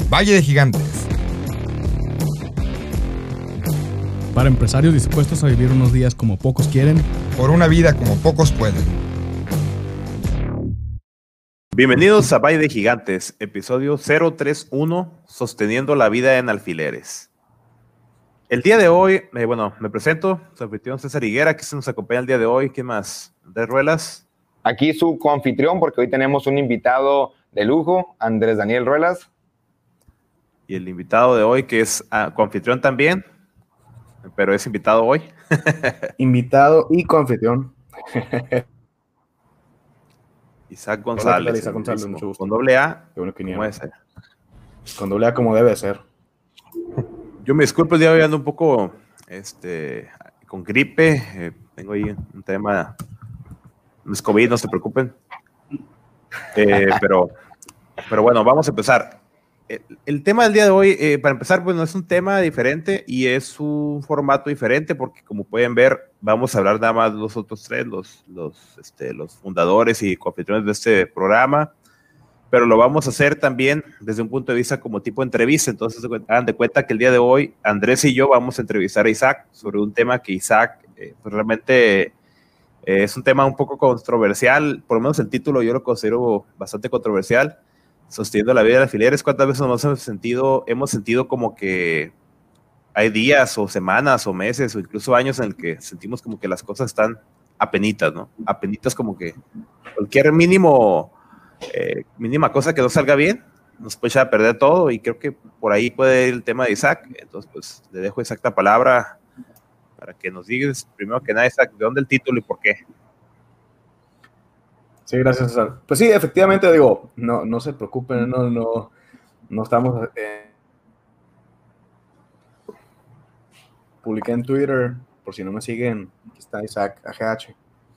Valle de Gigantes. Para empresarios dispuestos a vivir unos días como pocos quieren, Por una vida como pocos pueden. Bienvenidos a Valle de Gigantes, episodio 031, Sosteniendo la vida en alfileres. El día de hoy, me presento, su anfitrión César Higuera, que se nos acompaña el día de hoy. ¿Quién más? Andrés Ruelas. Aquí su coanfitrión, porque hoy tenemos un invitado de lujo, Andrés Daniel Ruelas. Y el invitado de hoy, que es coanfitrión también, pero es invitado hoy. Invitado y coanfitrión. Isaac González. Hola, Isaac González, mucho gusto. Con doble A. Qué bueno que ¿Cómo es? Con doble A como debe ser. Yo me disculpo, el día de hoy ando un poco con gripe. Tengo ahí un tema. No es COVID, no se preocupen. Pero bueno, vamos a empezar. El tema del día de hoy, para empezar, bueno, es un tema diferente y es un formato diferente porque, como pueden ver, vamos a hablar nada más los otros tres, los fundadores y coanfitriones de este programa, pero lo vamos a hacer también desde un punto de vista como tipo entrevista. Entonces, hagan de cuenta que el día de hoy, Andrés y yo vamos a entrevistar a Isaac sobre un tema que Isaac, pues realmente es un tema un poco controversial, por lo menos el título yo lo considero bastante controversial. Sosteniendo la vida de alfileres. ¿Cuántas veces nos hemos sentido como que hay días o semanas o meses o incluso años en el que sentimos como que las cosas están apenitas, ¿no? Apenitas, como que cualquier mínima cosa que no salga bien nos puede echar a perder todo, y creo que por ahí puede ir el tema de Isaac. Entonces, pues, le dejo exacta palabra para que nos digas, primero que nada, Isaac, ¿de dónde el título y por qué? Sí, gracias, César. Pues sí, efectivamente, digo, no se preocupen, no estamos... publiqué en Twitter, por si no me siguen, aquí está Isaac AGH,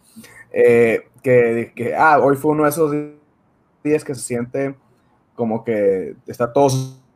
hoy fue uno de esos días que se siente como que está todo...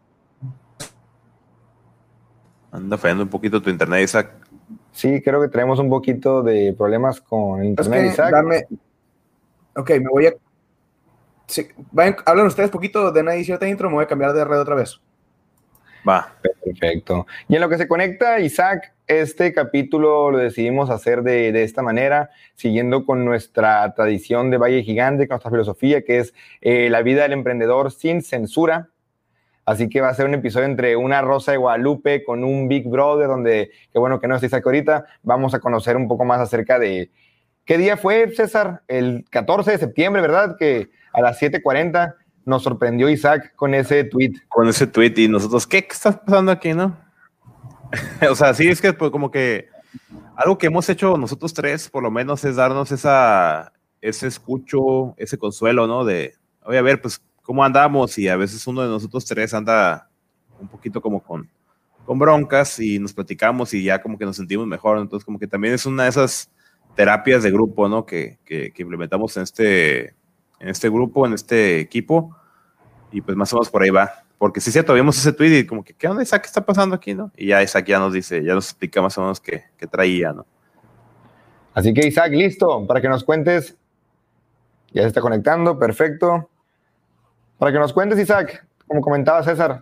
Anda fallando un poquito tu internet, Isaac. Sí, creo que tenemos un poquito de problemas con el internet, Isaac. Ok, me voy a... Sí, hablan ustedes poquito, den ahí cierta intro, me voy a cambiar de red otra vez. Va. Perfecto. Y en lo que se conecta, Isaac, este capítulo lo decidimos hacer de esta manera, siguiendo con nuestra tradición de Valle Gigante, con nuestra filosofía, que es la vida del emprendedor sin censura. Así que va a ser un episodio entre una Rosa de Guadalupe con un Big Brother, donde, qué bueno que no está Isaac ahorita, vamos a conocer un poco más acerca de... ¿Qué día fue, César? El 14 de septiembre, ¿verdad? Que a las 7:40 nos sorprendió Isaac con ese tweet. Con ese tweet, y nosotros, ¿qué está pasando aquí, no? O sea, sí, es que pues, como que algo que hemos hecho nosotros tres, por lo menos, es darnos ese escucho, ese consuelo, ¿no? De, oye, a ver, pues, ¿cómo andamos? Y a veces uno de nosotros tres anda un poquito como con broncas, y nos platicamos y ya como que nos sentimos mejor. Entonces, como que también es una de esas terapias de grupo, ¿no? Que implementamos en este grupo, en este equipo, y pues más o menos por ahí va. Porque sí es cierto, vimos ese tweet y como que, ¿qué onda, Isaac? ¿Qué está pasando aquí, no? Y ya Isaac ya nos dice, ya nos explica más o menos qué traía, ¿no? Así que, Isaac, listo, para que nos cuentes. Ya se está conectando, perfecto. Para que nos cuentes, Isaac, como comentaba César.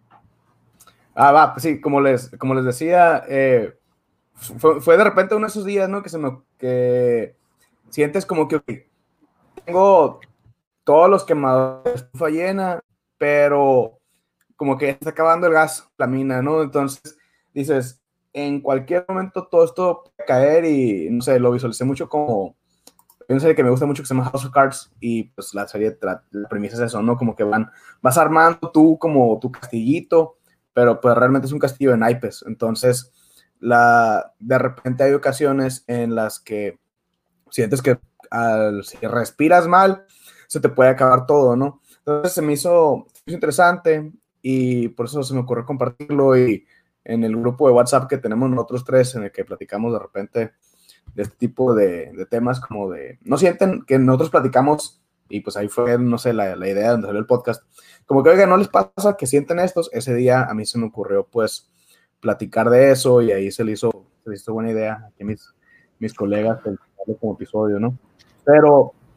Pues sí, como les decía, fue de repente uno de esos días, ¿no? Que sientes como que tengo todos los quemadores, estufa llena, pero como que está acabando el gas, la mina, ¿no? Entonces dices, en cualquier momento todo esto puede caer, y no sé, lo visualicé mucho como una serie que me gusta mucho que se llama House of Cards, y pues la serie, la premisa es eso, ¿no? Como que vas armando tú como tu castillito, pero pues realmente es un castillo de naipes. Entonces de repente hay ocasiones en las que sientes que si respiras mal, se te puede acabar todo, ¿no? Entonces se me hizo interesante, y por eso se me ocurrió compartirlo, y en el grupo de WhatsApp que tenemos nosotros tres, en el que platicamos de repente de este tipo de temas, como de, no sienten que nosotros platicamos, y pues ahí fue, no sé, la idea donde salió el podcast, como que, oiga, ¿no les pasa que sienten estos? Ese día a mí se me ocurrió, pues, platicar de eso, y ahí se le hizo buena idea aquí a mis colegas como episodio, ¿no? Pero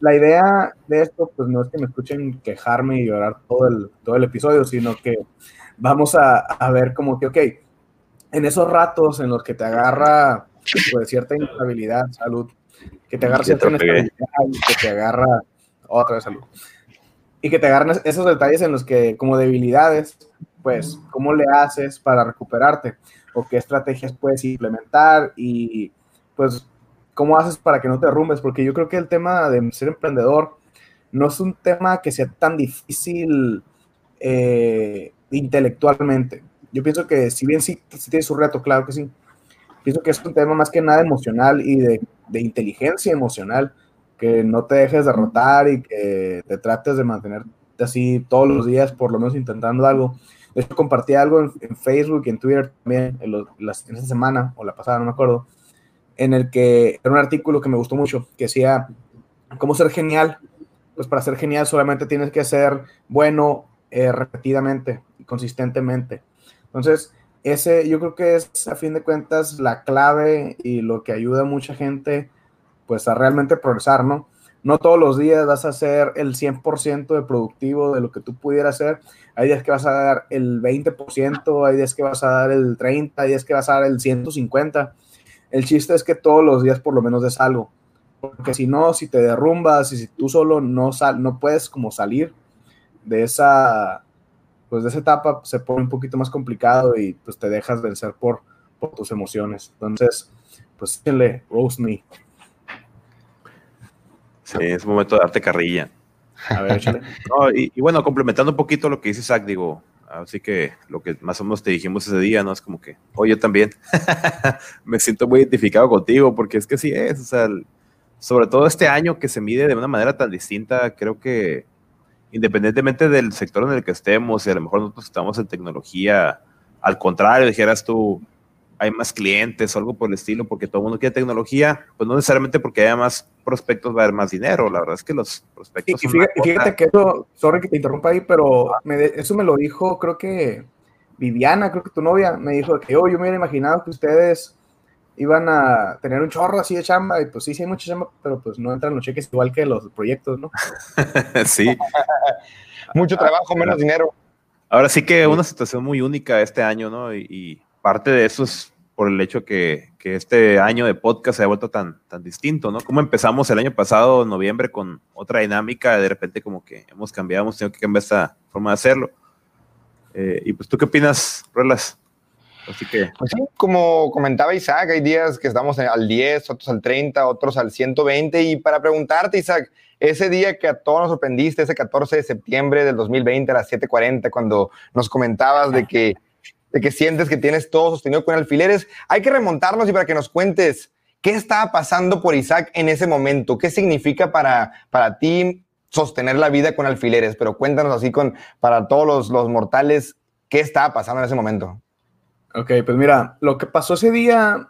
la idea de esto, pues no es que me escuchen quejarme y llorar todo el episodio, sino que vamos a ver como que, ok, en esos ratos en los que te agarra pues cierta inestabilidad, salud, que te agarra cierta inestabilidad, que te agarra otra vez salud, y que te agarran esos detalles en los que como debilidades, pues cómo le haces para recuperarte o qué estrategias puedes implementar y pues cómo haces para que no te derrumbes, porque yo creo que el tema de ser emprendedor no es un tema que sea tan difícil intelectualmente. Yo pienso que si bien sí tiene su reto, claro que sí, pienso que es un tema más que nada emocional y de inteligencia emocional, que no te dejes derrotar y que te trates de mantenerte así todos los días, por lo menos intentando algo. De hecho, compartí algo en Facebook y en Twitter también en esta semana, o la pasada, no me acuerdo, en el que era un artículo que me gustó mucho, que decía, ¿cómo ser genial? Pues para ser genial solamente tienes que ser bueno repetidamente y consistentemente. Entonces, ese yo creo que es, a fin de cuentas, la clave y lo que ayuda a mucha gente pues a realmente progresar, ¿no? No todos los días vas a ser el 100% de productivo de lo que tú pudieras hacer. Hay días que vas a dar el 20%, hay días que vas a dar el 30%, hay días que vas a dar el 150%. El chiste es que todos los días por lo menos des algo. Porque si no, si te derrumbas y si tú solo no puedes como salir de esa etapa, se pone un poquito más complicado y pues te dejas vencer por tus emociones. Entonces, pues síguenle, roast me. Sí, es momento de darte carrilla. A ver, échale. No, y bueno, complementando un poquito lo que dice Isaac, digo, así que lo que más o menos te dijimos ese día, ¿no? Es como que, oye, yo también me siento muy identificado contigo, porque es que sí es, o sea, sobre todo este año que se mide de una manera tan distinta, creo que independientemente del sector en el que estemos, y a lo mejor nosotros estamos en tecnología, al contrario, dijeras tú, hay más clientes o algo por el estilo, porque todo el mundo quiere tecnología, pues no necesariamente porque haya más prospectos va a haber más dinero. La verdad es que los prospectos y fíjate que eso, sorry que te interrumpa ahí, pero eso me lo dijo, creo que Viviana, creo que tu novia, me dijo que yo me hubiera imaginado que ustedes iban a tener un chorro así de chamba, y pues sí hay mucha chamba, pero pues no entran los cheques igual que los proyectos, ¿no? Sí. Mucho trabajo, menos dinero. Ahora sí que una situación muy única este año, ¿no? Y parte de eso es por el hecho que este año de podcast se ha vuelto tan distinto, ¿no? Como empezamos el año pasado, en noviembre, con otra dinámica, de repente como que hemos cambiado, hemos tenido que cambiar esta forma de hacerlo. Y pues, ¿tú qué opinas, Rolas? Así que... Pues sí, como comentaba Isaac, hay días que estamos al 10, otros al 30, otros al 120, y para preguntarte, Isaac, ese día que a todos nos sorprendiste, ese 14 de septiembre del 2020 a las 7:40, cuando nos comentabas de que sientes que tienes todo sostenido con alfileres, hay que remontarnos y para que nos cuentes qué estaba pasando por Isaac en ese momento, qué significa para ti sostener la vida con alfileres, pero cuéntanos así para todos los mortales, qué estaba pasando en ese momento. Ok, pues mira, lo que pasó ese día,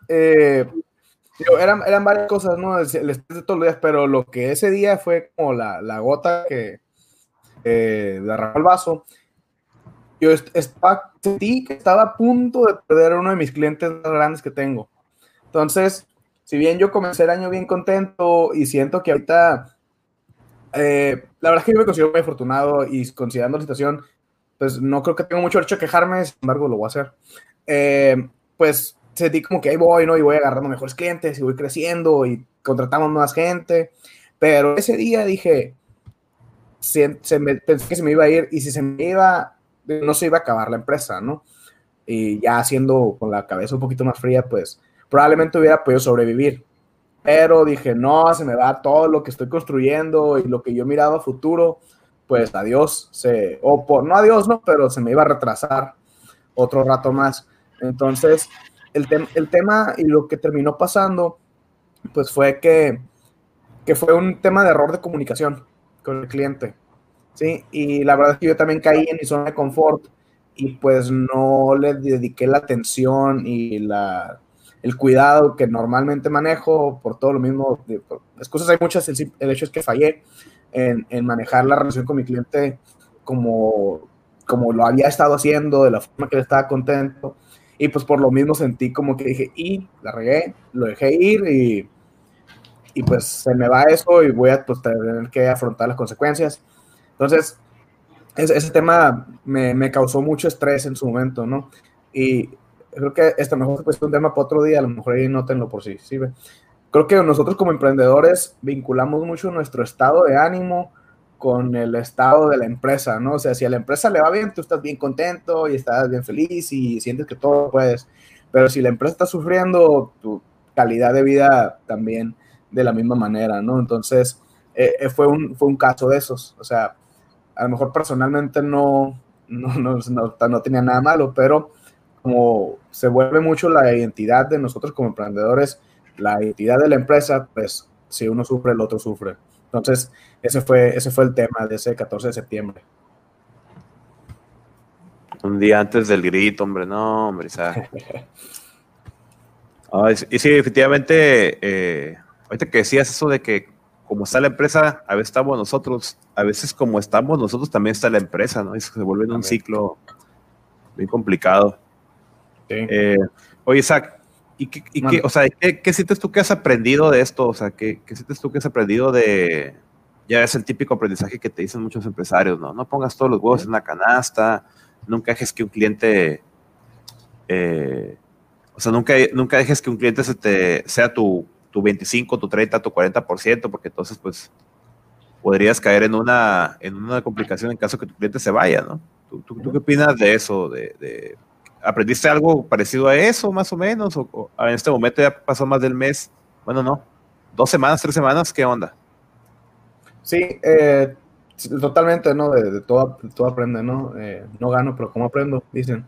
eran varias cosas, ¿no? El estrés de todos los días, pero lo que ese día fue como la gota que derramó el vaso. Yo sentí que estaba a punto de perder a uno de mis clientes más grandes que tengo. Entonces, si bien yo comencé el año bien contento y siento que ahorita, la verdad es que yo me considero muy afortunado y considerando la situación, pues no creo que tengo mucho derecho a quejarme, sin embargo lo voy a hacer. Pues sentí como que ahí voy, ¿no? Y voy agarrando mejores clientes y voy creciendo y contratamos más gente. Pero ese día dije, pensé que se me iba a ir y si se me iba, no se iba a acabar la empresa, ¿no? Y ya haciendo con la cabeza un poquito más fría, pues probablemente hubiera podido sobrevivir. Pero dije, no, se me va todo lo que estoy construyendo y lo que yo miraba a futuro, pues adiós. No adiós, ¿no? Pero se me iba a retrasar otro rato más. Entonces, el tema y lo que terminó pasando, pues fue que fue un tema de error de comunicación con el cliente. Sí, y la verdad es que yo también caí en mi zona de confort y pues no le dediqué la atención y el cuidado que normalmente manejo por todo lo mismo. Las cosas hay muchas, el hecho es que fallé en manejar la relación con mi cliente como lo había estado haciendo, de la forma que él estaba contento, y pues por lo mismo sentí como que dije, y la regué, lo dejé ir y pues se me va eso y voy a pues, tener que afrontar las consecuencias. Entonces, ese tema me causó mucho estrés en su momento, ¿no? Y creo que mejor pues, un tema para otro día, a lo mejor ahí nótenlo por si sirve. Creo que nosotros como emprendedores vinculamos mucho nuestro estado de ánimo con el estado de la empresa, ¿no? O sea, si a la empresa le va bien, tú estás bien contento y estás bien feliz y sientes que todo puedes. Pero si la empresa está sufriendo, tu calidad de vida también de la misma manera, ¿no? Entonces, fue un caso de esos. O sea, a lo mejor personalmente no tenía nada malo, pero como se vuelve mucho la identidad de nosotros como emprendedores, la identidad de la empresa, pues si uno sufre, el otro sufre. Entonces, ese fue el tema de ese 14 de septiembre. Un día antes del grito, hombre, no, hombre, Isaac. Y sí, efectivamente, ahorita que decías eso de que como está la empresa, a veces estamos nosotros, a veces como estamos nosotros también está la empresa, ¿no? Y se vuelve en un ciclo bien complicado. Sí. Oye, Isaac, ¿qué sientes tú que has aprendido de esto? O sea, ¿qué sientes tú que has aprendido de... Ya es el típico aprendizaje que te dicen muchos empresarios, ¿no? No pongas todos los huevos en una canasta, nunca dejes que un cliente... nunca dejes que un cliente sea tu 25, tu 30, tu 40%, porque entonces, pues, podrías caer en una complicación en caso que tu cliente se vaya, ¿no? ¿Tú qué opinas de eso? ¿Aprendiste algo parecido a eso, más o menos? ¿O en este momento ya pasó más del mes? Bueno, no. 2 semanas, 3 semanas, ¿qué onda? Sí, totalmente, ¿no? De todo aprende, ¿no? No gano, pero ¿cómo aprendo? Dicen.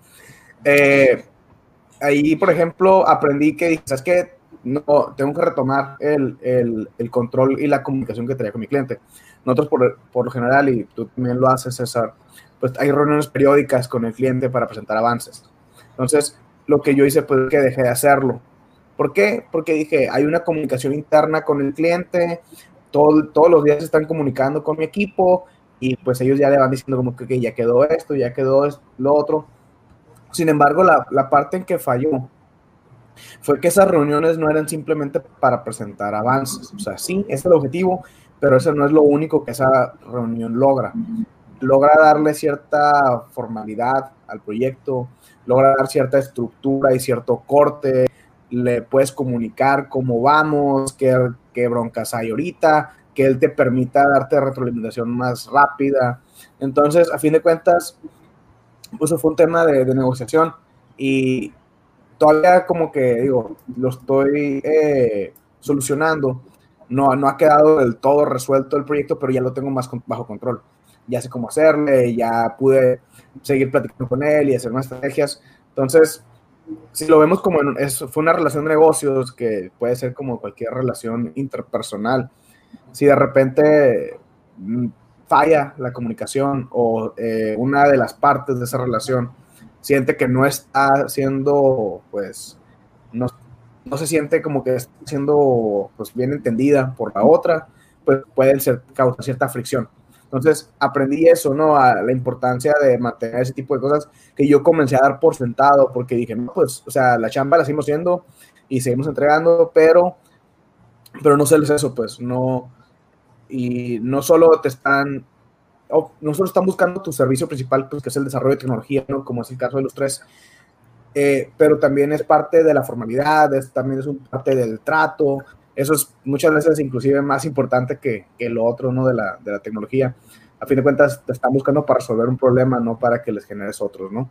Ahí, por ejemplo, aprendí que dije, ¿sabes qué? No, tengo que retomar el control y la comunicación que tenía con mi cliente. Nosotros, por lo general, y tú también lo haces, César, pues hay reuniones periódicas con el cliente para presentar avances. Entonces, lo que yo hice, pues, que dejé de hacerlo. ¿Por qué? Porque dije, hay una comunicación interna con el cliente, todos los días se están comunicando con mi equipo, y pues ellos ya le van diciendo como que ya quedó esto, ya quedó lo otro. Sin embargo, la parte en que falló fue que esas reuniones no eran simplemente para presentar avances. O sea, sí, ese es el objetivo, pero eso no es lo único que esa reunión logra. Logra darle cierta formalidad al proyecto, logra dar cierta estructura y cierto corte, le puedes comunicar cómo vamos, qué broncas hay ahorita, que él te permita darte retroalimentación más rápida. Entonces, a fin de cuentas, pues fue un tema de negociación y todavía como que, digo, lo estoy solucionando. No ha quedado del todo resuelto el proyecto, pero ya lo tengo más bajo control. Ya sé cómo hacerle, ya pude seguir platicando con él y hacer más estrategias. Entonces, si lo vemos como fue una relación de negocios que puede ser como cualquier relación interpersonal. Si de repente falla la comunicación o una de las partes de esa relación siente que no está siendo, pues, no se siente como que está siendo pues, bien entendida por la otra, pues puede causar cierta fricción. Entonces aprendí eso, ¿no? A la importancia de mantener ese tipo de cosas que yo comencé a dar por sentado, porque dije, no, pues, o sea, la chamba la seguimos haciendo y seguimos entregando, pero no sé eso, pues, no, y no solo no solo están buscando tu servicio principal, pues, que es el desarrollo de tecnología, ¿no? Como es el caso de los tres, pero también es parte de la formalidad, también es parte del trato. Eso es muchas veces inclusive más importante que lo otro, ¿no? de la tecnología. A fin de cuentas, te están buscando para resolver un problema, no para que les generes otros, ¿no?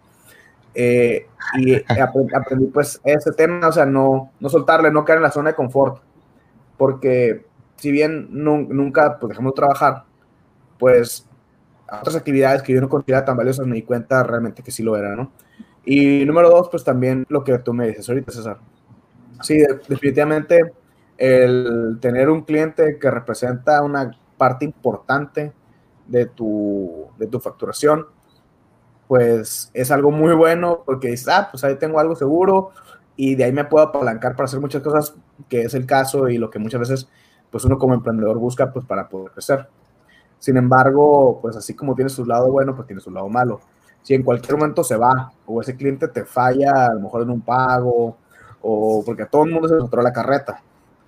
Y aprendí pues ese tema, o sea, no soltarle, no caer en la zona de confort, porque si bien nunca pues, dejamos de trabajar, pues otras actividades que yo no consideraba tan valiosas me di cuenta realmente que sí lo era, ¿no? Y número 2, pues también lo que tú me dices ahorita, César. Sí, definitivamente el tener un cliente que representa una parte importante de tu facturación, pues es algo muy bueno porque dices, pues ahí tengo algo seguro y de ahí me puedo apalancar para hacer muchas cosas, que es el caso y lo que muchas veces pues uno como emprendedor busca pues para poder crecer. Sin embargo, pues así como tiene su lado bueno, pues tiene su lado malo. Si en cualquier momento se va o ese cliente te falla, a lo mejor en un pago, o porque a todo el mundo se le encontró la carreta.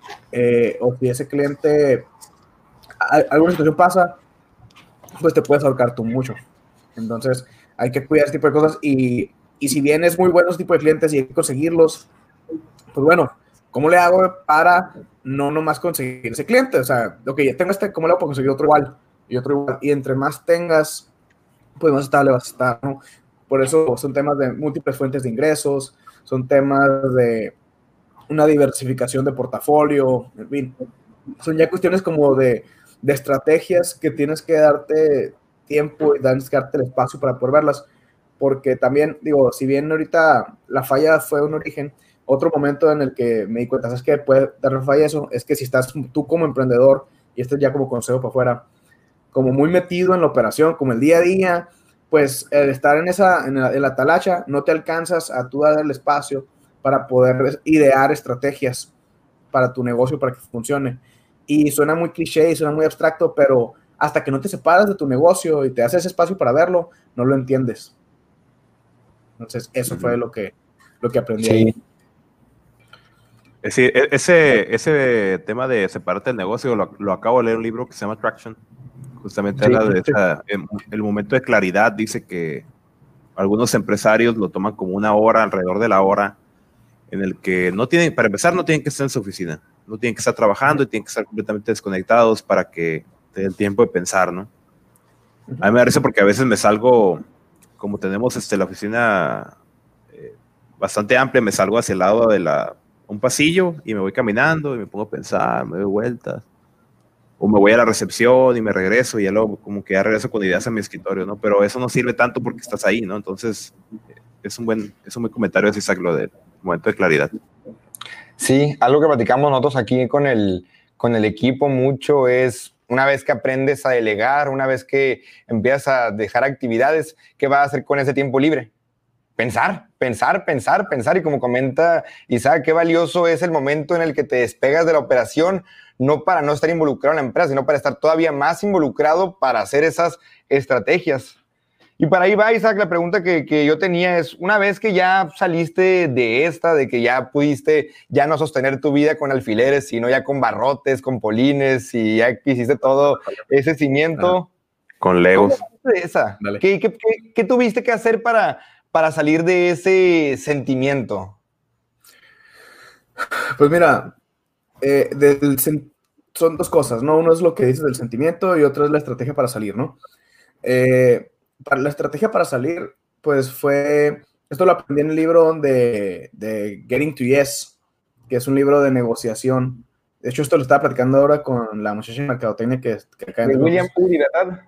o si ese cliente, alguna situación pasa, pues te puedes ahorcar tú mucho. Entonces, hay que cuidar ese tipo de cosas y si bien es muy bueno ese tipo de clientes y hay que conseguirlos, pues bueno, ¿cómo le hago para no nomás conseguir ese cliente? O sea, ok, ya tengo este, ¿cómo le hago para conseguir otro igual? Y otro igual. Y entre más tengas, pues más estable vas a estar, ¿no? Por eso son temas de múltiples fuentes de ingresos, son temas de una diversificación de portafolio, en fin. Son ya cuestiones como de estrategias que tienes que darte tiempo y tienes que darte el espacio para poder verlas. Porque también, digo, si bien ahorita la falla fue un origen, otro momento en el que me di cuenta, ¿sabes qué? Puede dar falla eso, es que si estás tú como emprendedor, y esto ya como consejo para afuera, como muy metido en la operación, como el día a día, pues el estar en la talacha, no te alcanzas a tú dar el espacio para poder idear estrategias para tu negocio, para que funcione. Y suena muy cliché y suena muy abstracto, pero hasta que no te separas de tu negocio y te haces espacio para verlo, no lo entiendes. Entonces, eso fue lo que aprendí ahí. Sí, ese tema de separarte del negocio lo acabo de leer en un libro que se llama Traction. Justamente habla de el momento de claridad. Dice que algunos empresarios lo toman como una hora, alrededor de la hora, en el que no tienen, para empezar, no tienen que estar en su oficina, no tienen que estar trabajando y tienen que estar completamente desconectados para que te den tiempo de pensar, ¿no? A mí me parece porque a veces me salgo, como tenemos la oficina bastante amplia, me salgo hacia el lado de un pasillo y me voy caminando y me pongo a pensar, me doy vueltas. O me voy a la recepción y me regreso y ya luego como que ya regreso con ideas a mi escritorio, ¿no? Pero eso no sirve tanto porque estás ahí, ¿no? Entonces, es un buen comentario, así, Isaac, lo del momento de claridad. Sí, algo que platicamos nosotros aquí con el equipo mucho es, una vez que aprendes a delegar, una vez que empiezas a dejar actividades, ¿qué vas a hacer con ese tiempo libre? Pensar. Y como comenta Isaac, qué valioso es el momento en el que te despegas de la operación, no para no estar involucrado en la empresa, sino para estar todavía más involucrado para hacer esas estrategias. Y para ahí va, Isaac, la pregunta que yo tenía es, una vez que ya saliste de que ya pudiste ya no sostener tu vida con alfileres, sino ya con barrotes, con polines, y ya hiciste todo ese cimiento. Con Legos. ¿Qué tuviste que hacer para salir de ese sentimiento? Pues mira, son dos cosas, ¿no? Uno es lo que dices del sentimiento y otro es la estrategia para salir, ¿no? Para la estrategia para salir, pues esto lo aprendí en el libro de Getting to Yes, que es un libro de negociación. De hecho, esto lo estaba platicando ahora con la muchacha de mercadotecnia que acá en William Puri, ¿verdad?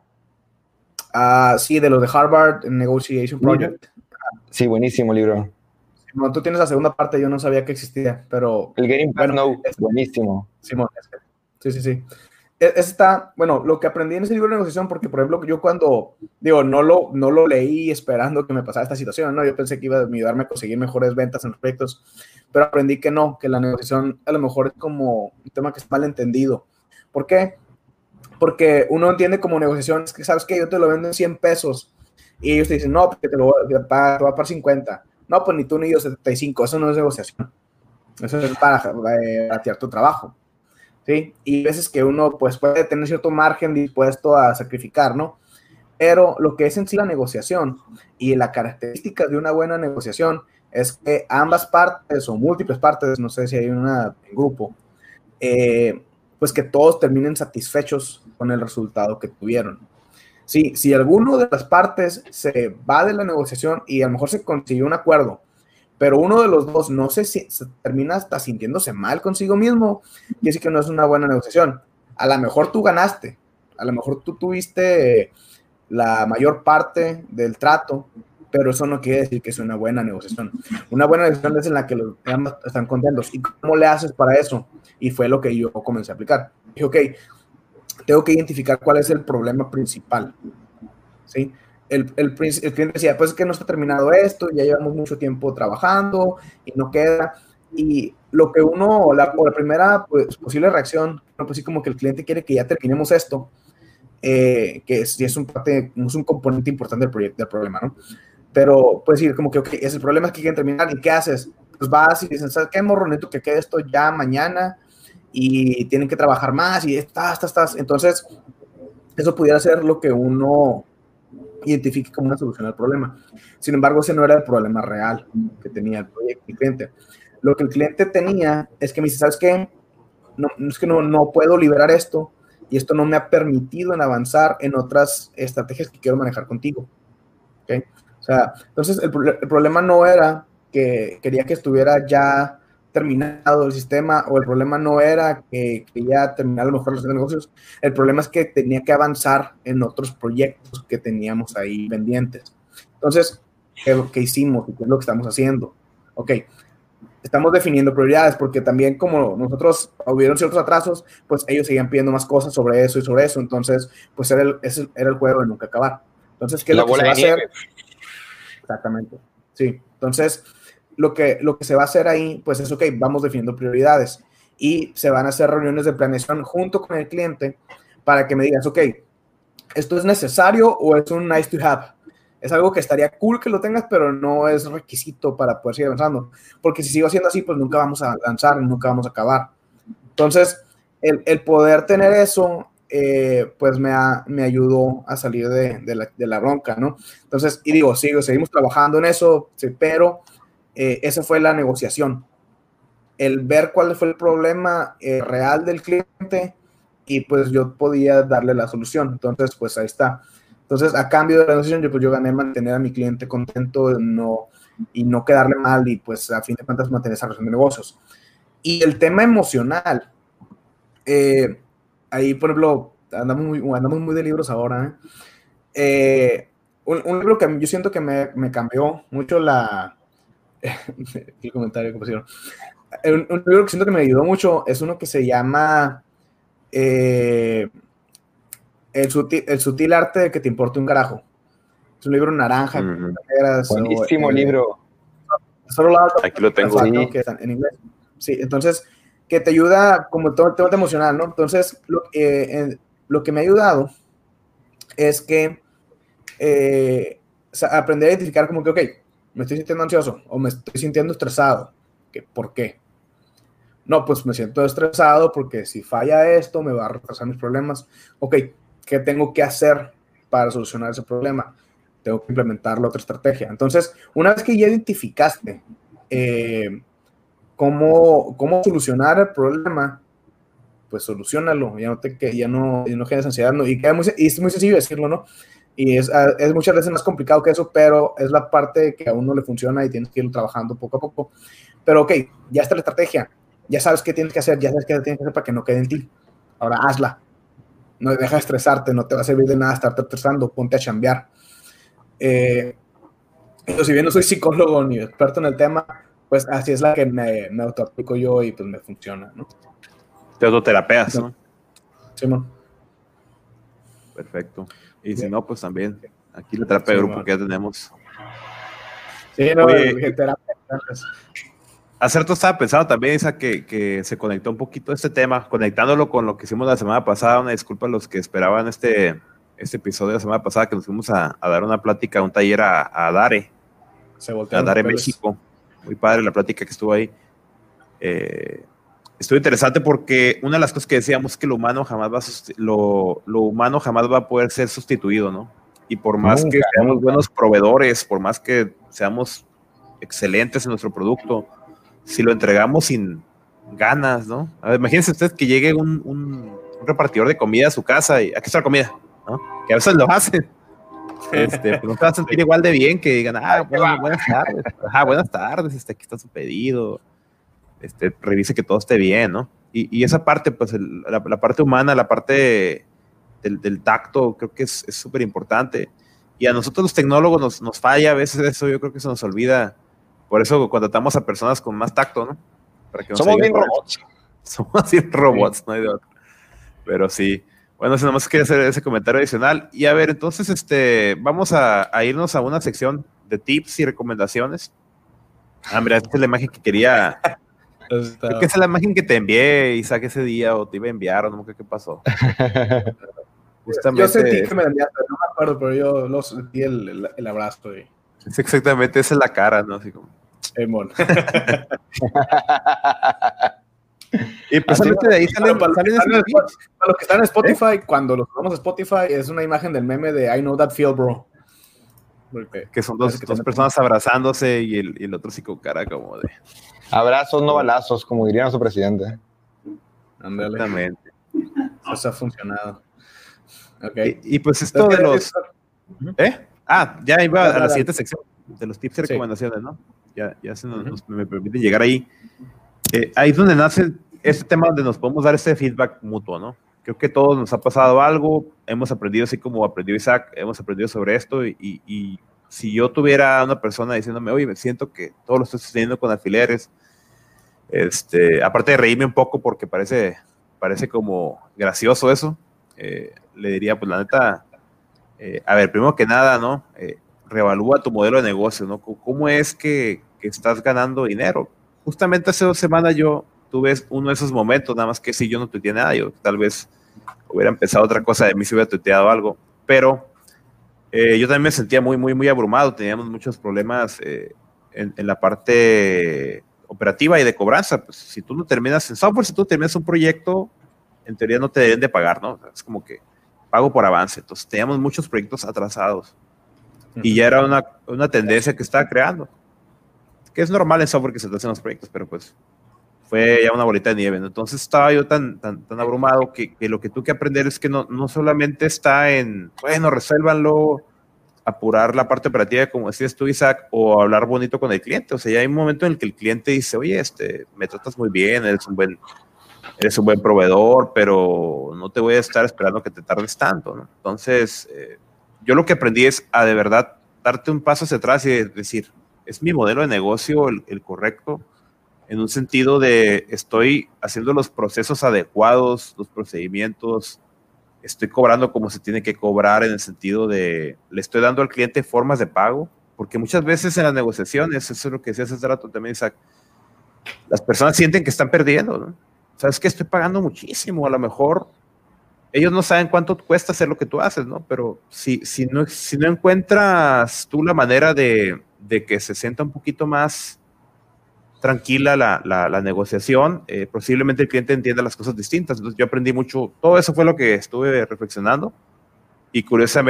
Sí, de los de Harvard Negotiation Project. Sí, buenísimo libro. Bueno, tú tienes la segunda parte, yo no sabía que existía, pero... El Getting Past No, buenísimo. Simón, sí. Bueno, lo que aprendí en ese libro de negociación, porque por ejemplo, yo cuando, no lo leí esperando que me pasara esta situación, ¿no? Yo pensé que iba a ayudarme a conseguir mejores ventas en los proyectos, pero aprendí que no, que la negociación a lo mejor es como un tema que es mal entendido. ¿Por qué? Porque uno entiende como negociación, es que sabes que yo te lo vendo en 100 pesos y ellos te dicen, no, porque te va a pagar 50. No, pues ni tú ni yo 75, eso no es negociación. Eso es para tirar tu trabajo. ¿Sí? Y veces que uno pues puede tener cierto margen dispuesto a sacrificar, ¿no? Pero lo que es en sí la negociación y la característica de una buena negociación es que ambas partes o múltiples partes, no sé si hay un grupo, pues que todos terminen satisfechos con el resultado que tuvieron. Sí, si alguno de las partes se va de la negociación y a lo mejor se consiguió un acuerdo, pero uno de los dos no se termina hasta sintiéndose mal consigo mismo, y así que no es una buena negociación. A lo mejor tú ganaste, a lo mejor tú tuviste la mayor parte del trato, pero eso no quiere decir que es una buena negociación. Una buena negociación es en la que los ambos están contentos. ¿Y cómo le haces para eso? Y fue lo que yo comencé a aplicar. Dije, ok, tengo que identificar cuál es el problema principal, ¿sí? El cliente decía, pues es que no está terminado esto, ya llevamos mucho tiempo trabajando y no queda. Y lo que la primera pues, posible reacción, pues sí, como que el cliente quiere que ya terminemos esto, que es un componente importante del problema, ¿no? Pero pues sí, como que okay, el problema es que quieren terminar, ¿y qué haces? Pues vas y dices, ¿sabes qué, morro? Necesito que quede esto ya mañana, y tienen que trabajar más y entonces eso pudiera ser lo que uno identifique como una solución al problema. Sin embargo, ese no era el problema real que tenía el proyecto, el cliente. Lo que el cliente tenía es que me dice, ¿sabes qué? Es que no puedo liberar esto y esto no me ha permitido en avanzar en otras estrategias que quiero manejar contigo. ¿Okay? O sea, entonces el problema no era que quería que estuviera ya terminado el sistema, o el problema no era que quería terminar a lo mejor los negocios. El problema es que tenía que avanzar en otros proyectos que teníamos ahí pendientes. Entonces, ¿qué hicimos? ¿Qué es lo que estamos haciendo? Ok, estamos definiendo prioridades, porque también como nosotros hubieron ciertos atrasos, pues ellos seguían pidiendo más cosas sobre eso y sobre eso. Entonces, pues ese era el juego de nunca acabar. Entonces, ¿qué es lo que se va a hacer? Exactamente. Sí, entonces lo que se va a hacer ahí, pues es, ok, vamos definiendo prioridades y se van a hacer reuniones de planeación junto con el cliente para que me digas, ok, ¿esto es necesario o es un nice to have? Es algo que estaría cool que lo tengas, pero no es requisito para poder seguir avanzando, porque si sigo haciendo así, pues nunca vamos a avanzar, nunca vamos a acabar. Entonces, el poder tener eso, pues me ayudó a salir de la bronca, ¿no? Entonces, y digo, seguimos trabajando en eso, sí, pero esa fue la negociación. El ver cuál fue el problema real del cliente y pues yo podía darle la solución. Entonces, pues ahí está. Entonces, a cambio de la negociación, yo gané mantener a mi cliente contento y no quedarle mal y pues a fin de cuentas mantener esa relación de negocios. Y el tema emocional, ahí, por ejemplo, andamos muy de libros ahora. Un libro que yo siento que me cambió mucho el comentario que pusieron. Un libro que siento que me ayudó mucho es uno que se llama el sutil arte de que te importe un carajo. Es un libro naranja. Buenísimo libro. Aquí lo tengo. Sí. Que está en inglés. Sí, entonces, que te ayuda como todo el tema emocional, ¿no? Entonces, lo que me ha ayudado es que aprender a identificar como que, ok, me estoy sintiendo ansioso o me estoy sintiendo estresado. ¿Por qué? No, pues me siento estresado porque si falla esto me va a retrasar mis problemas. Ok, ¿qué tengo que hacer para solucionar ese problema? Tengo que implementar la otra estrategia. Entonces, una vez que ya identificaste cómo solucionar el problema, pues solucionalo, ya no generes ansiedad, ¿no? Y es muy sencillo decirlo, ¿no? Y es muchas veces más complicado que eso, pero es la parte que a uno le funciona y tienes que ir trabajando poco a poco. Pero ok, ya está la estrategia, ya sabes qué tienes que hacer, ya sabes qué tienes que hacer para que no quede en ti. Ahora hazla. No deja de estresarte, no te va a servir de nada estarte estresando, ponte a chambear. Si bien no soy psicólogo ni experto en el tema, pues así es la que me autoaplico yo y pues me funciona, ¿no? Te autoterapeas, ¿no? Sí, man. Perfecto. Y si no, pues también aquí la terapia de grupo que ya tenemos. Sí, no, terapia. Hacer tú estaba pensando también, Isa, que se conectó un poquito este tema, conectándolo con lo que hicimos la semana pasada. Una disculpa a los que esperaban este episodio de la semana pasada, que nos fuimos a dar una plática, un taller a Dare. A Dare México. Muy padre la plática que estuvo ahí. Estuvo interesante porque una de las cosas que decíamos es que lo humano jamás va a poder ser sustituido, ¿no? Y por más que seamos buenos proveedores, por más que seamos excelentes en nuestro producto, si lo entregamos sin ganas, ¿no? A ver, imagínense usted que llegue un repartidor de comida a su casa y aquí está la comida, ¿no? Que a veces lo hacen. Pues no te vas a sentir igual de bien que digan, buenas tardes. Buenas tardes, aquí está su pedido. Revise que todo esté bien, ¿no? Y esa parte, pues la parte humana, la parte del tacto, creo que es súper importante. Y a nosotros los tecnólogos nos falla a veces eso, yo creo que se nos olvida. Por eso contratamos a personas con más tacto, ¿no? Para que somos bien robots. Somos bien robots, no hay de otro. Pero sí. Bueno, si nomás quería hacer ese comentario adicional. Y a ver, entonces, vamos a irnos a una sección de tips y recomendaciones. Mira, esta es la imagen que quería... Creo que esa es la imagen que te envié, Isaac, ese día, o te iba a enviar, o no sé qué pasó. Yo sentí que me enviaste, no me acuerdo, pero yo lo sentí el abrazo. Es exactamente, esa es la cara, ¿no? Así como... Y precisamente de ahí salen Para esos tips. los que están en Spotify, cuando los vamos a Spotify, es una imagen del meme de I know that feel, bro. Porque Que son dos personas abrazándose y el otro sí con cara como de... Abrazos, no balazos, como diría nuestro presidente. Ándale. Exactamente. Eso ha funcionado. Okay. Y pues esto de los... ya iba a la siguiente sección de los tips y recomendaciones, ¿no? Ya me permite llegar ahí. Ahí es donde nace este tema donde nos podemos dar este feedback mutuo, ¿no? Creo que todos nos ha pasado algo, hemos aprendido así como aprendió Isaac, hemos aprendido sobre esto y si yo tuviera una persona diciéndome, oye, me siento que todo lo estoy sucediendo con alfileres, aparte de reírme un poco porque parece como gracioso eso, le diría, pues la neta, a ver, primero que nada, ¿no? Reevalúa tu modelo de negocio, ¿no? ¿Cómo es que estás ganando dinero? Justamente hace 2 semanas yo tuve uno de esos momentos, nada más que si yo no tuiteé nada, yo tal vez hubiera empezado otra cosa de mí si hubiera tuiteado algo, pero yo también me sentía muy, muy, muy abrumado, teníamos muchos problemas en la parte operativa y de cobranza. Pues, si tú no terminas en software, si tú terminas un proyecto, en teoría no te deben de pagar, ¿no? Es como que pago por avance. Entonces teníamos muchos proyectos atrasados y ya era una tendencia que estaba creando, que es normal en software que se te hacen los proyectos, pero pues fue ya una bolita de nieve, ¿no? Entonces estaba yo tan abrumado que lo que tuve que aprender es que no solamente está en, bueno, resuélvanlo, apurar la parte operativa, como decías tú, Isaac, o hablar bonito con el cliente. O sea, ya hay un momento en el que el cliente dice, oye, me tratas muy bien, eres un buen proveedor, pero no te voy a estar esperando que te tardes tanto, ¿no? Entonces, yo lo que aprendí es a de verdad darte un paso hacia atrás y decir, ¿es mi modelo de negocio el correcto? En un sentido de estoy haciendo los procesos adecuados, los procedimientos, estoy cobrando como se tiene que cobrar en el sentido de le estoy dando al cliente formas de pago, porque muchas veces en las negociaciones, eso es lo que decías hace rato también, Isaac, las personas sienten que están perdiendo, ¿no? Sabes que estoy pagando muchísimo, a lo mejor ellos no saben cuánto cuesta hacer lo que tú haces, ¿no? Pero si no encuentras tú la manera de que se sienta un poquito más tranquila la negociación, posiblemente el cliente entienda las cosas distintas. Entonces yo aprendí mucho, todo eso fue lo que estuve reflexionando y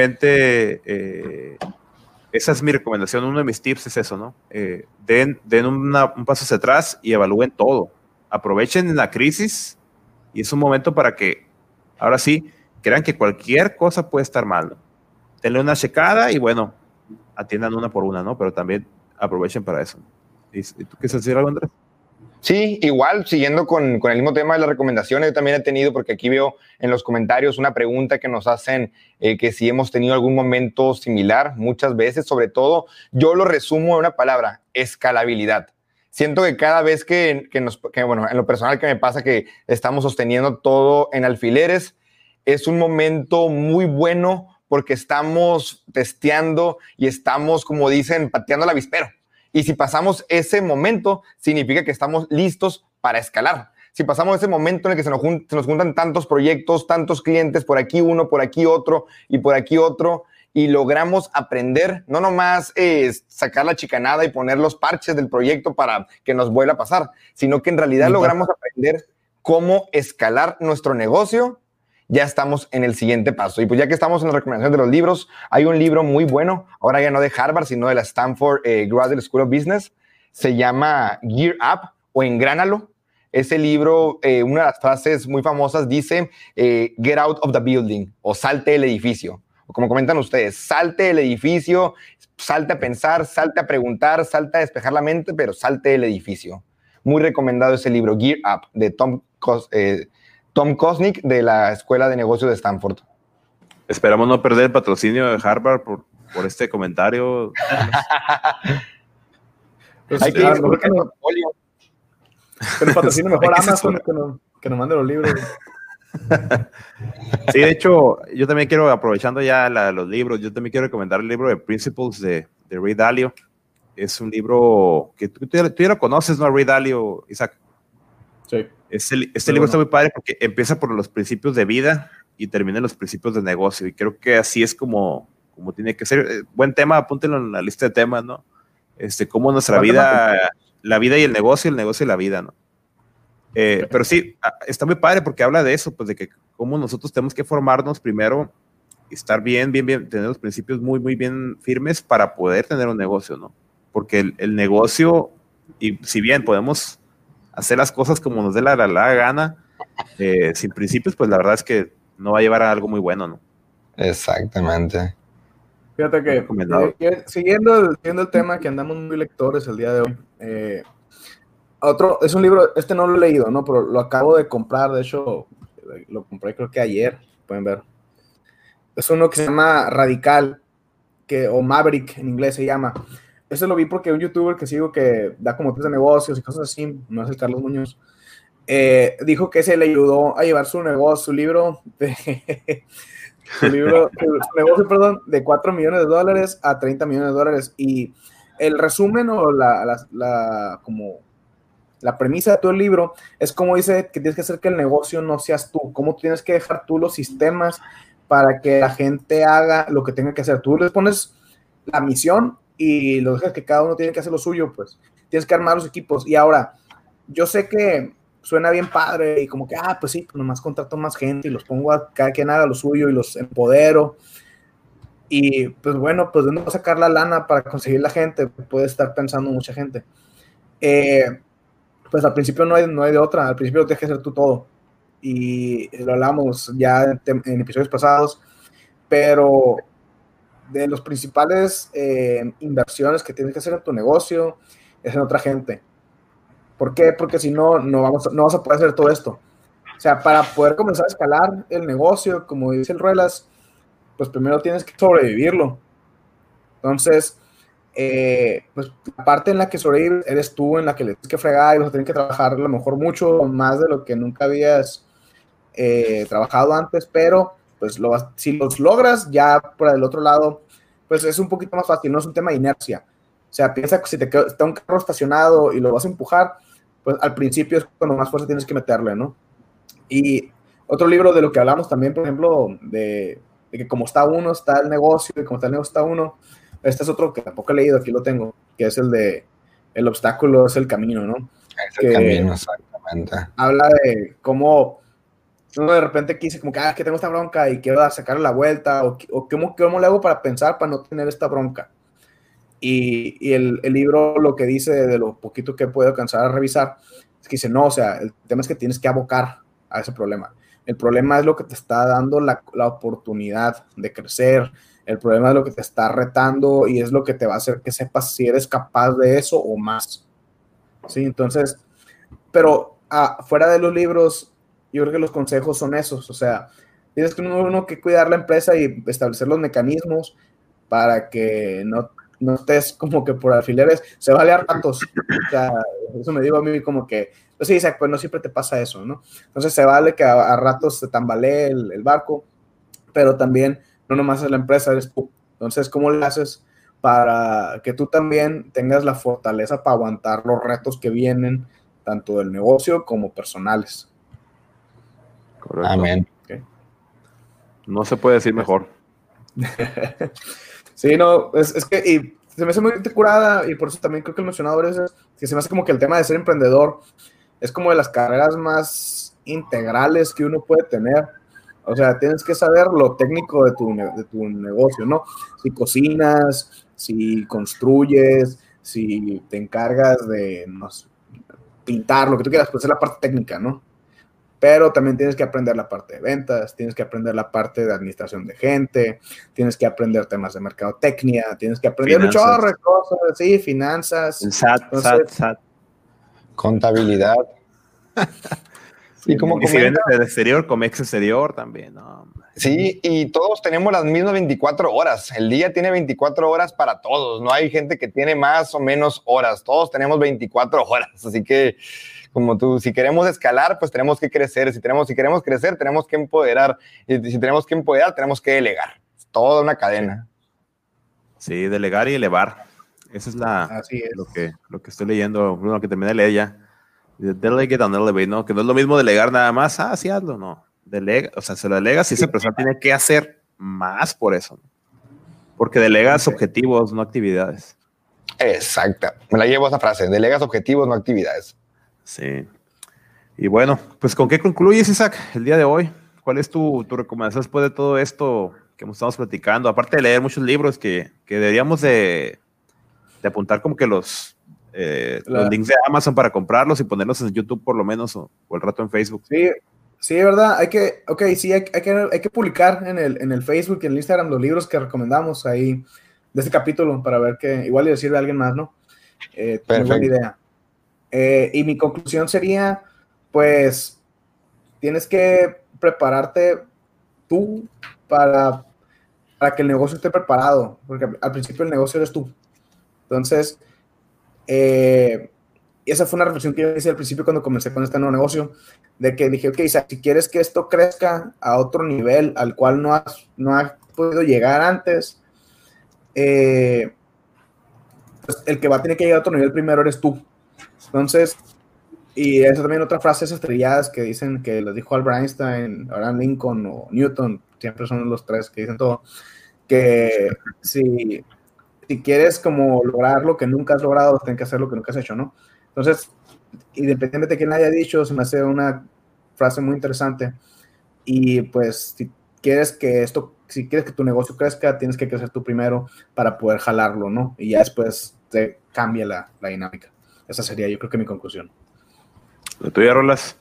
curiosamente esa es mi recomendación, uno de mis tips es eso, ¿no? Den un paso hacia atrás y evalúen todo, aprovechen la crisis y es un momento para que ahora sí crean que cualquier cosa puede estar mal, ¿no? Denle una checada y bueno, atiendan una por una, ¿no? Pero también aprovechen para eso. ¿Y tú quieres decir algo, Andrés? Sí, igual, siguiendo con el mismo tema de las recomendaciones, yo también he tenido, porque aquí veo en los comentarios una pregunta que nos hacen, que si hemos tenido algún momento similar, muchas veces, sobre todo, yo lo resumo en una palabra, escalabilidad. Siento que cada vez que bueno, en lo personal que me pasa que estamos sosteniendo todo en alfileres, es un momento muy bueno porque estamos testeando y estamos, como dicen, pateando el avispero. Y si pasamos ese momento, significa que estamos listos para escalar. Si pasamos ese momento en el que se nos juntan tantos proyectos, tantos clientes, por aquí uno, por aquí otro y por aquí otro, y logramos aprender, no nomás sacar la chicanada y poner los parches del proyecto para que nos vuelva a pasar, sino que en realidad logramos aprender cómo escalar nuestro negocio, ya estamos en el siguiente paso. Y pues ya que estamos en la recomendación de los libros, hay un libro muy bueno, ahora ya no de Harvard, sino de la Stanford Graduate School of Business, se llama Gear Up o Engránalo. Ese libro, una de las frases muy famosas dice, get out of the building, o salte del edificio. O como comentan ustedes, salte del edificio, salte a pensar, salte a preguntar, salte a despejar la mente, pero salte del edificio. Muy recomendado ese libro, Gear Up, de Tom Kosnick, de la Escuela de Negocios de Stanford. Esperamos no perder el patrocinio de Harvard por este comentario. Pues, hay que ir mejor que nos patrocine mejor Amazon que nos mande los libros. Sí, de hecho, yo también quiero, aprovechando ya los libros, yo también quiero recomendar el libro de Principles de Ray Dalio. Es un libro que tú ya lo conoces, ¿no? Ray Dalio, Isaac. Sí. Este libro está muy padre porque empieza por los principios de vida y termina en los principios de negocio. Y creo que así es como tiene que ser. Buen tema, apúntenlo en la lista de temas, ¿no? Cómo nuestra vida, la vida y el negocio y la vida, ¿no? Pero sí, está muy padre porque habla de eso, pues de que cómo nosotros tenemos que formarnos primero, estar bien, tener los principios muy, muy bien firmes para poder tener un negocio, ¿no? Porque el negocio, y si bien podemos hacer las cosas como nos dé la gana, sin principios, pues la verdad es que no va a llevar a algo muy bueno, ¿no? Exactamente. Fíjate que siguiendo el tema, que andamos muy lectores el día de hoy, es un libro, no lo he leído, ¿no? Pero lo acabo de comprar, de hecho, lo compré creo que ayer, pueden ver. Es uno que se llama Radical, o Maverick en inglés se llama. Ese lo vi porque un youtuber que sigo que da como tips de negocios y cosas así, no es el Carlos Muñoz, dijo que se le ayudó a llevar su negocio, su negocio, perdón, de $4 millones a $30 millones. Y el resumen o como la premisa de todo el libro es como dice que tienes que hacer que el negocio no seas tú, cómo tienes que dejar tú los sistemas para que la gente haga lo que tenga que hacer. Tú les pones la misión y lo dejas que cada uno tiene que hacer lo suyo, pues tienes que armar los equipos. Y ahora, yo sé que suena bien padre y como que, pues sí, nomás contrato más gente y los pongo a cada quien haga lo suyo y los empodero. Y pues bueno, pues de dónde va a sacar la lana para conseguir la gente, puede estar pensando mucha gente. Pues al principio no hay de otra, al principio tienes que hacer tú todo. Y lo hablamos ya en episodios pasados, pero de los principales inversiones que tienes que hacer en tu negocio es en otra gente. ¿Por qué? Porque si no, no vas a poder hacer todo esto. O sea, para poder comenzar a escalar el negocio, como dice el Ruelas, pues primero tienes que sobrevivirlo. Entonces, pues la parte en la que sobrevives eres tú, en la que le tienes que fregar y vas a tener que trabajar a lo mejor mucho más de lo que nunca habías trabajado antes, pero pues si los logras ya por el otro lado, pues es un poquito más fácil, no es un tema de inercia. O sea, piensa que si está un carro estacionado y lo vas a empujar, pues al principio es cuando más fuerza tienes que meterle, ¿no? Y otro libro de lo que hablamos también, por ejemplo, de que como está uno, está el negocio, y como está el negocio, está uno. Este es otro que tampoco he leído, aquí lo tengo, que es el de el obstáculo es el camino, ¿no? Es el camino, exactamente. Habla de cómo uno de repente dice como que tengo esta bronca y quiero sacarle la vuelta, o cómo le hago para pensar para no tener esta bronca. Y el libro lo que dice de lo poquito que puedo alcanzar a revisar es que dice, no, o sea, el tema es que tienes que abocar a ese problema. El problema es lo que te está dando la oportunidad de crecer. El problema es lo que te está retando y es lo que te va a hacer que sepas si eres capaz de eso o más. Sí, entonces, pero fuera de los libros, yo creo que los consejos son esos. O sea, tienes que uno que cuidar la empresa y establecer los mecanismos para que no estés como que por alfileres. Se vale a ratos. O sea, eso me digo a mí como que, pues sí, pues no siempre te pasa eso, ¿no? Entonces se vale que a ratos se tambalee el barco, pero también no nomás es la empresa, eres tú. Entonces, ¿cómo le haces para que tú también tengas la fortaleza para aguantar los retos que vienen, tanto del negocio como personales? Correcto. Amén. Okay. No se puede decir mejor. Sí, no, es que y se me hace muy curada y por eso también creo que el mencionador es que se me hace como que el tema de ser emprendedor es como de las carreras más integrales que uno puede tener. O sea, tienes que saber lo técnico de tu negocio, ¿no? Si cocinas, si construyes, si te encargas de pintar, lo que tú quieras, pues es la parte técnica, ¿no? Pero también tienes que aprender la parte de ventas, tienes que aprender la parte de administración de gente, tienes que aprender temas de mercadotecnia, tienes que aprender muchas cosas, sí, finanzas. El SAT. Contabilidad. Y como si vendes del exterior, Comex exterior también, ¿no? Sí, y todos tenemos las mismas 24 horas. El día tiene 24 horas para todos. No hay gente que tiene más o menos horas. Todos tenemos 24 horas. Así que, como tú, si queremos escalar, pues tenemos que crecer. Si queremos crecer, tenemos que empoderar. Y si tenemos que empoderar, tenemos que delegar. Es toda una cadena. Sí, delegar y elevar. Eso es lo que estoy leyendo, lo que terminé de leer ya. Delegate and elevate, ¿no? Que no es lo mismo delegar nada más, sí hazlo, no. Delega, o sea, se lo delegas y esa persona tiene que hacer más por eso, ¿no? Porque delegas objetivos, no actividades. Exacto. Me la llevo esa frase, delegas objetivos, no actividades. Sí. Y bueno, pues ¿con qué concluyes, Isaac, el día de hoy? ¿Cuál es tu recomendación después de todo esto que estamos platicando? Aparte de leer muchos libros que deberíamos de apuntar como que los links de Amazon para comprarlos y ponerlos en YouTube por lo menos o el rato en Facebook. Sí, ¿verdad? Hay que publicar en el Facebook y en el Instagram los libros que recomendamos ahí de este capítulo para ver que igual le sirve a alguien más, ¿no? Muy buena idea. Y mi conclusión sería, pues, tienes que prepararte tú para que el negocio esté preparado, porque al principio el negocio eres tú. Entonces, esa fue una reflexión que yo hice al principio cuando comencé con este nuevo negocio, de que dije, ok, Isaac, si quieres que esto crezca a otro nivel al cual no has podido llegar antes, pues el que va a tener que llegar a otro nivel primero eres tú. Entonces, y esa también otra frase estrelladas que dicen que les dijo Albert Einstein, Abraham Lincoln o Newton, siempre son los tres que dicen todo, que si quieres como lograr lo que nunca has logrado, tienes que hacer lo que nunca has hecho, ¿no? Entonces, independientemente de quién la haya dicho, se me hace una frase muy interesante. Y pues, si quieres que tu negocio crezca, tienes que crecer tú primero para poder jalarlo, ¿no? Y ya después te cambia la dinámica. Esa sería, yo creo que mi conclusión. ¿Lo tuyo, Rolas?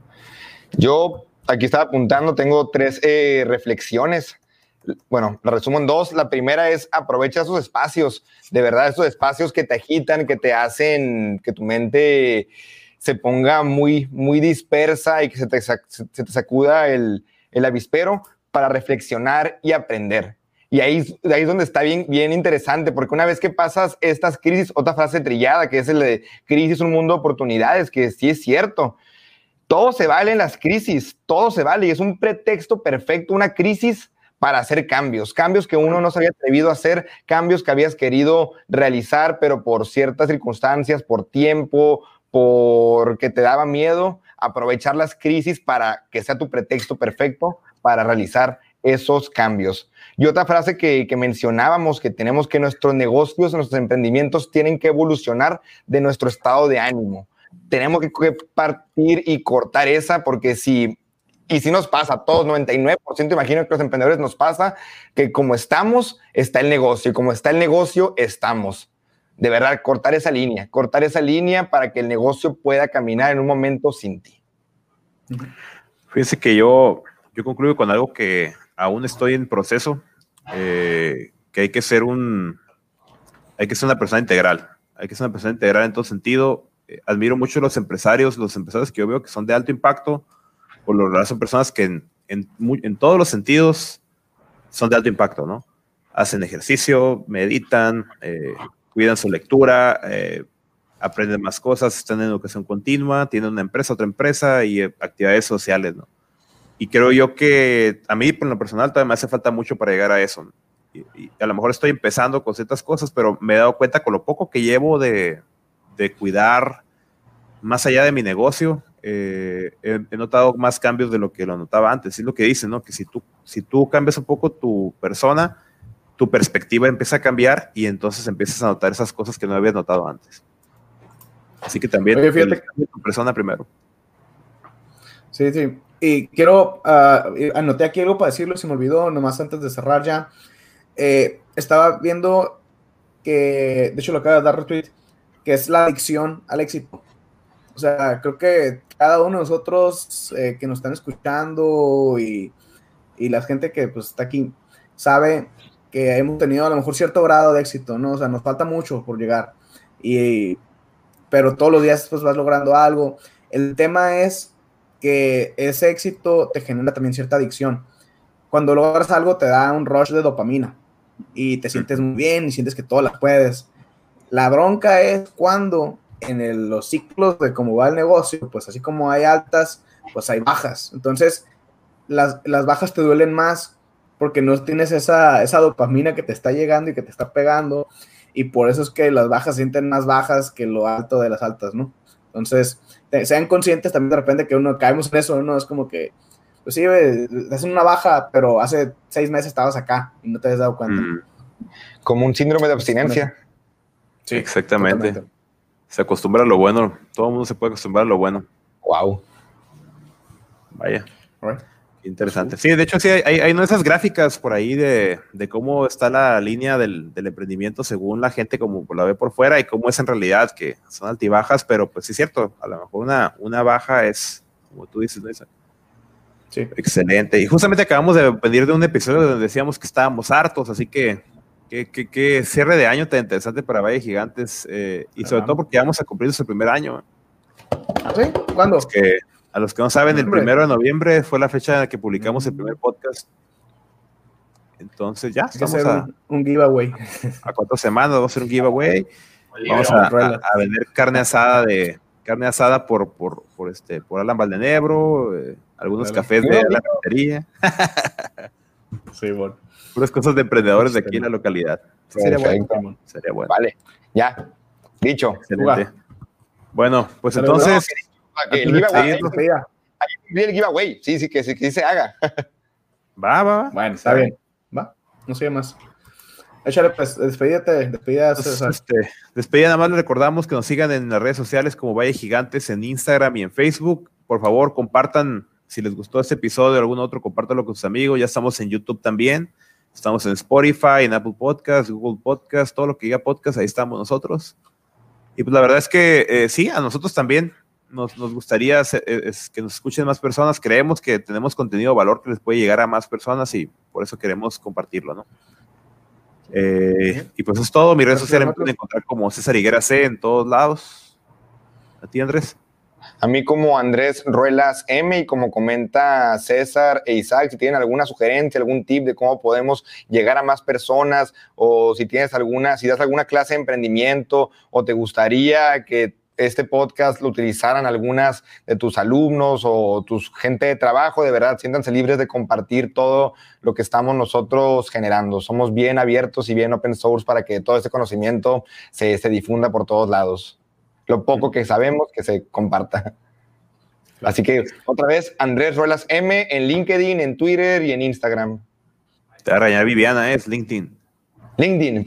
Yo aquí estaba apuntando, tengo 3 reflexiones. Bueno, la resumo en 2. La primera es aprovecha esos espacios, de verdad, esos espacios que te agitan, que te hacen que tu mente se ponga muy, muy dispersa y que se te sacuda el avispero para reflexionar y aprender. Y ahí es donde está bien interesante, porque una vez que pasas estas crisis, otra frase trillada, que es el de crisis, un mundo de oportunidades, que sí es cierto. Todo se vale en las crisis, todo se vale, y es un pretexto perfecto, una crisis para hacer cambios que uno no se había atrevido a hacer, cambios que habías querido realizar, pero por ciertas circunstancias, por tiempo, porque te daba miedo, aprovechar las crisis para que sea tu pretexto perfecto para realizar esos cambios. Y otra frase que mencionábamos, que tenemos que nuestros negocios, nuestros emprendimientos tienen que evolucionar de nuestro estado de ánimo. Tenemos que partir y cortar esa, porque si nos pasa a todos, 99%, imagino que los emprendedores nos pasa, que como estamos, está el negocio, y como está el negocio, estamos. De verdad, cortar esa línea para que el negocio pueda caminar en un momento sin ti. Fíjense que yo concluyo con algo que aún estoy en proceso, que hay que ser una persona integral. Hay que ser una persona integral en todo sentido. Admiro mucho los empresarios que yo veo que son de alto impacto. Por lo general son personas que en todos los sentidos son de alto impacto, ¿no? Hacen ejercicio, meditan, cuidan su lectura, aprenden más cosas, están en educación continua, tienen una empresa, otra empresa y actividades sociales, ¿no? Y creo yo que a mí, por lo personal, todavía me hace falta mucho para llegar a eso, ¿no? Y a lo mejor estoy empezando con ciertas cosas, pero me he dado cuenta con lo poco que llevo de cuidar más allá de mi negocio. He notado más cambios de lo que lo notaba antes. Es lo que dicen, ¿no? Que si tú cambias un poco tu persona, tu perspectiva empieza a cambiar y entonces empiezas a notar esas cosas que no habías notado antes. Así que también tu persona primero. Sí. Y quiero, anoté aquí algo para decirlo, se me olvidó, nomás antes de cerrar ya. Estaba viendo que, de hecho lo acabo de dar retweet, que es la adicción al éxito. O sea, creo que cada uno de nosotros que nos están escuchando y la gente que pues está aquí sabe que hemos tenido a lo mejor cierto grado de éxito, ¿no? O sea, nos falta mucho por llegar. Pero todos los días pues vas logrando algo. El tema es que ese éxito te genera también cierta adicción. Cuando logras algo te da un rush de dopamina y te sientes muy bien y sientes que todo las puedes. La bronca es cuando en los ciclos de cómo va el negocio, pues así como hay altas, pues hay bajas. Entonces, las bajas te duelen más porque no tienes esa dopamina que te está llegando y que te está pegando, y por eso es que las bajas se sienten más bajas que lo alto de las altas, ¿no? Entonces, sean conscientes también de repente que uno caemos en eso, ¿no? Es como que, pues sí, hacen una baja, pero hace 6 meses estabas acá y no te has dado cuenta. Como un síndrome de abstinencia. Sí, exactamente. Totalmente. Se acostumbra a lo bueno. Todo el mundo se puede acostumbrar a lo bueno. Wow. Vaya. Alright. Interesante. Sí, de hecho, sí, hay no esas gráficas por ahí de cómo está la línea del emprendimiento según la gente como la ve por fuera y cómo es en realidad, que son altibajas, pero pues sí es cierto, a lo mejor una baja es, como tú dices, ¿no? Sí. Excelente. Y justamente acabamos de venir de un episodio donde decíamos que estábamos hartos, así que cierre de año tan interesante para Valle Gigantes, y sobre todo porque vamos a cumplir nuestro primer año. ¿Sí? ¿Cuándo? A los que no saben, el Noviembre. 1 de noviembre fue la fecha en la que publicamos el primer podcast. Entonces ya Hay que estamos hacer un giveaway. a 4 semanas, vamos a hacer un giveaway. Vamos a vender carne asada por Alan Valdenebro, algunos cafés de la cafetería. Sí, bueno. Puras cosas de emprendedores de aquí en la localidad. Sí, sería bueno. Sería bueno. Vale, ya. Dicho. Excelente. Bueno, pues entonces... El giveaway, sí, que se haga. Va. Bueno, está bien. Va, no sigue más. Échale, pues, despedida, César. Despedida, nada más les recordamos que nos sigan en las redes sociales como Valle Gigantes en Instagram y en Facebook. Por favor, compartan, si les gustó este episodio o algún otro, compártanlo con sus amigos. Ya estamos en YouTube también. Estamos en Spotify, en Apple Podcasts, Google Podcasts, todo lo que diga podcast, ahí estamos nosotros. Y pues la verdad es que sí, a nosotros también nos gustaría que nos escuchen más personas. Creemos que tenemos contenido de valor que les puede llegar a más personas y por eso queremos compartirlo, ¿no? Y pues eso es todo. Mis redes sociales me pueden encontrar como César Higuera C en todos lados. ¿A ti, Andrés? A mí como Andrés Ruelas M, y como comenta César e Isaac, si tienen alguna sugerencia, algún tip de cómo podemos llegar a más personas, o si das alguna clase de emprendimiento, o te gustaría que este podcast lo utilizaran algunas de tus alumnos o tus gente de trabajo, de verdad, siéntanse libres de compartir todo lo que estamos nosotros generando. Somos bien abiertos y bien open source para que todo este conocimiento se difunda por todos lados. Lo poco que sabemos, que se comparta. Así que, otra vez, Andrés Ruelas M en LinkedIn, en Twitter y en Instagram. Te va a regañar Viviana, es LinkedIn. LinkedIn.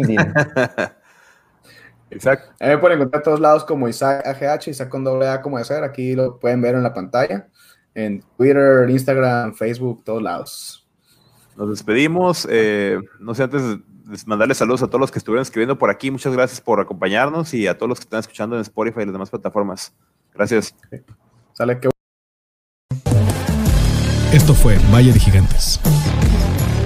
Exacto. Me pueden encontrar a todos lados como Isaac AGH, Isaac con doble A como de ser. Aquí lo pueden ver en la pantalla. En Twitter, Instagram, Facebook, todos lados. Nos despedimos. No sé, antes de mandarles saludos a todos los que estuvieron escribiendo por aquí. Muchas gracias por acompañarnos y a todos los que están escuchando en Spotify y las demás plataformas. Gracias. Okay. Sale que... Esto fue Valle de Gigantes.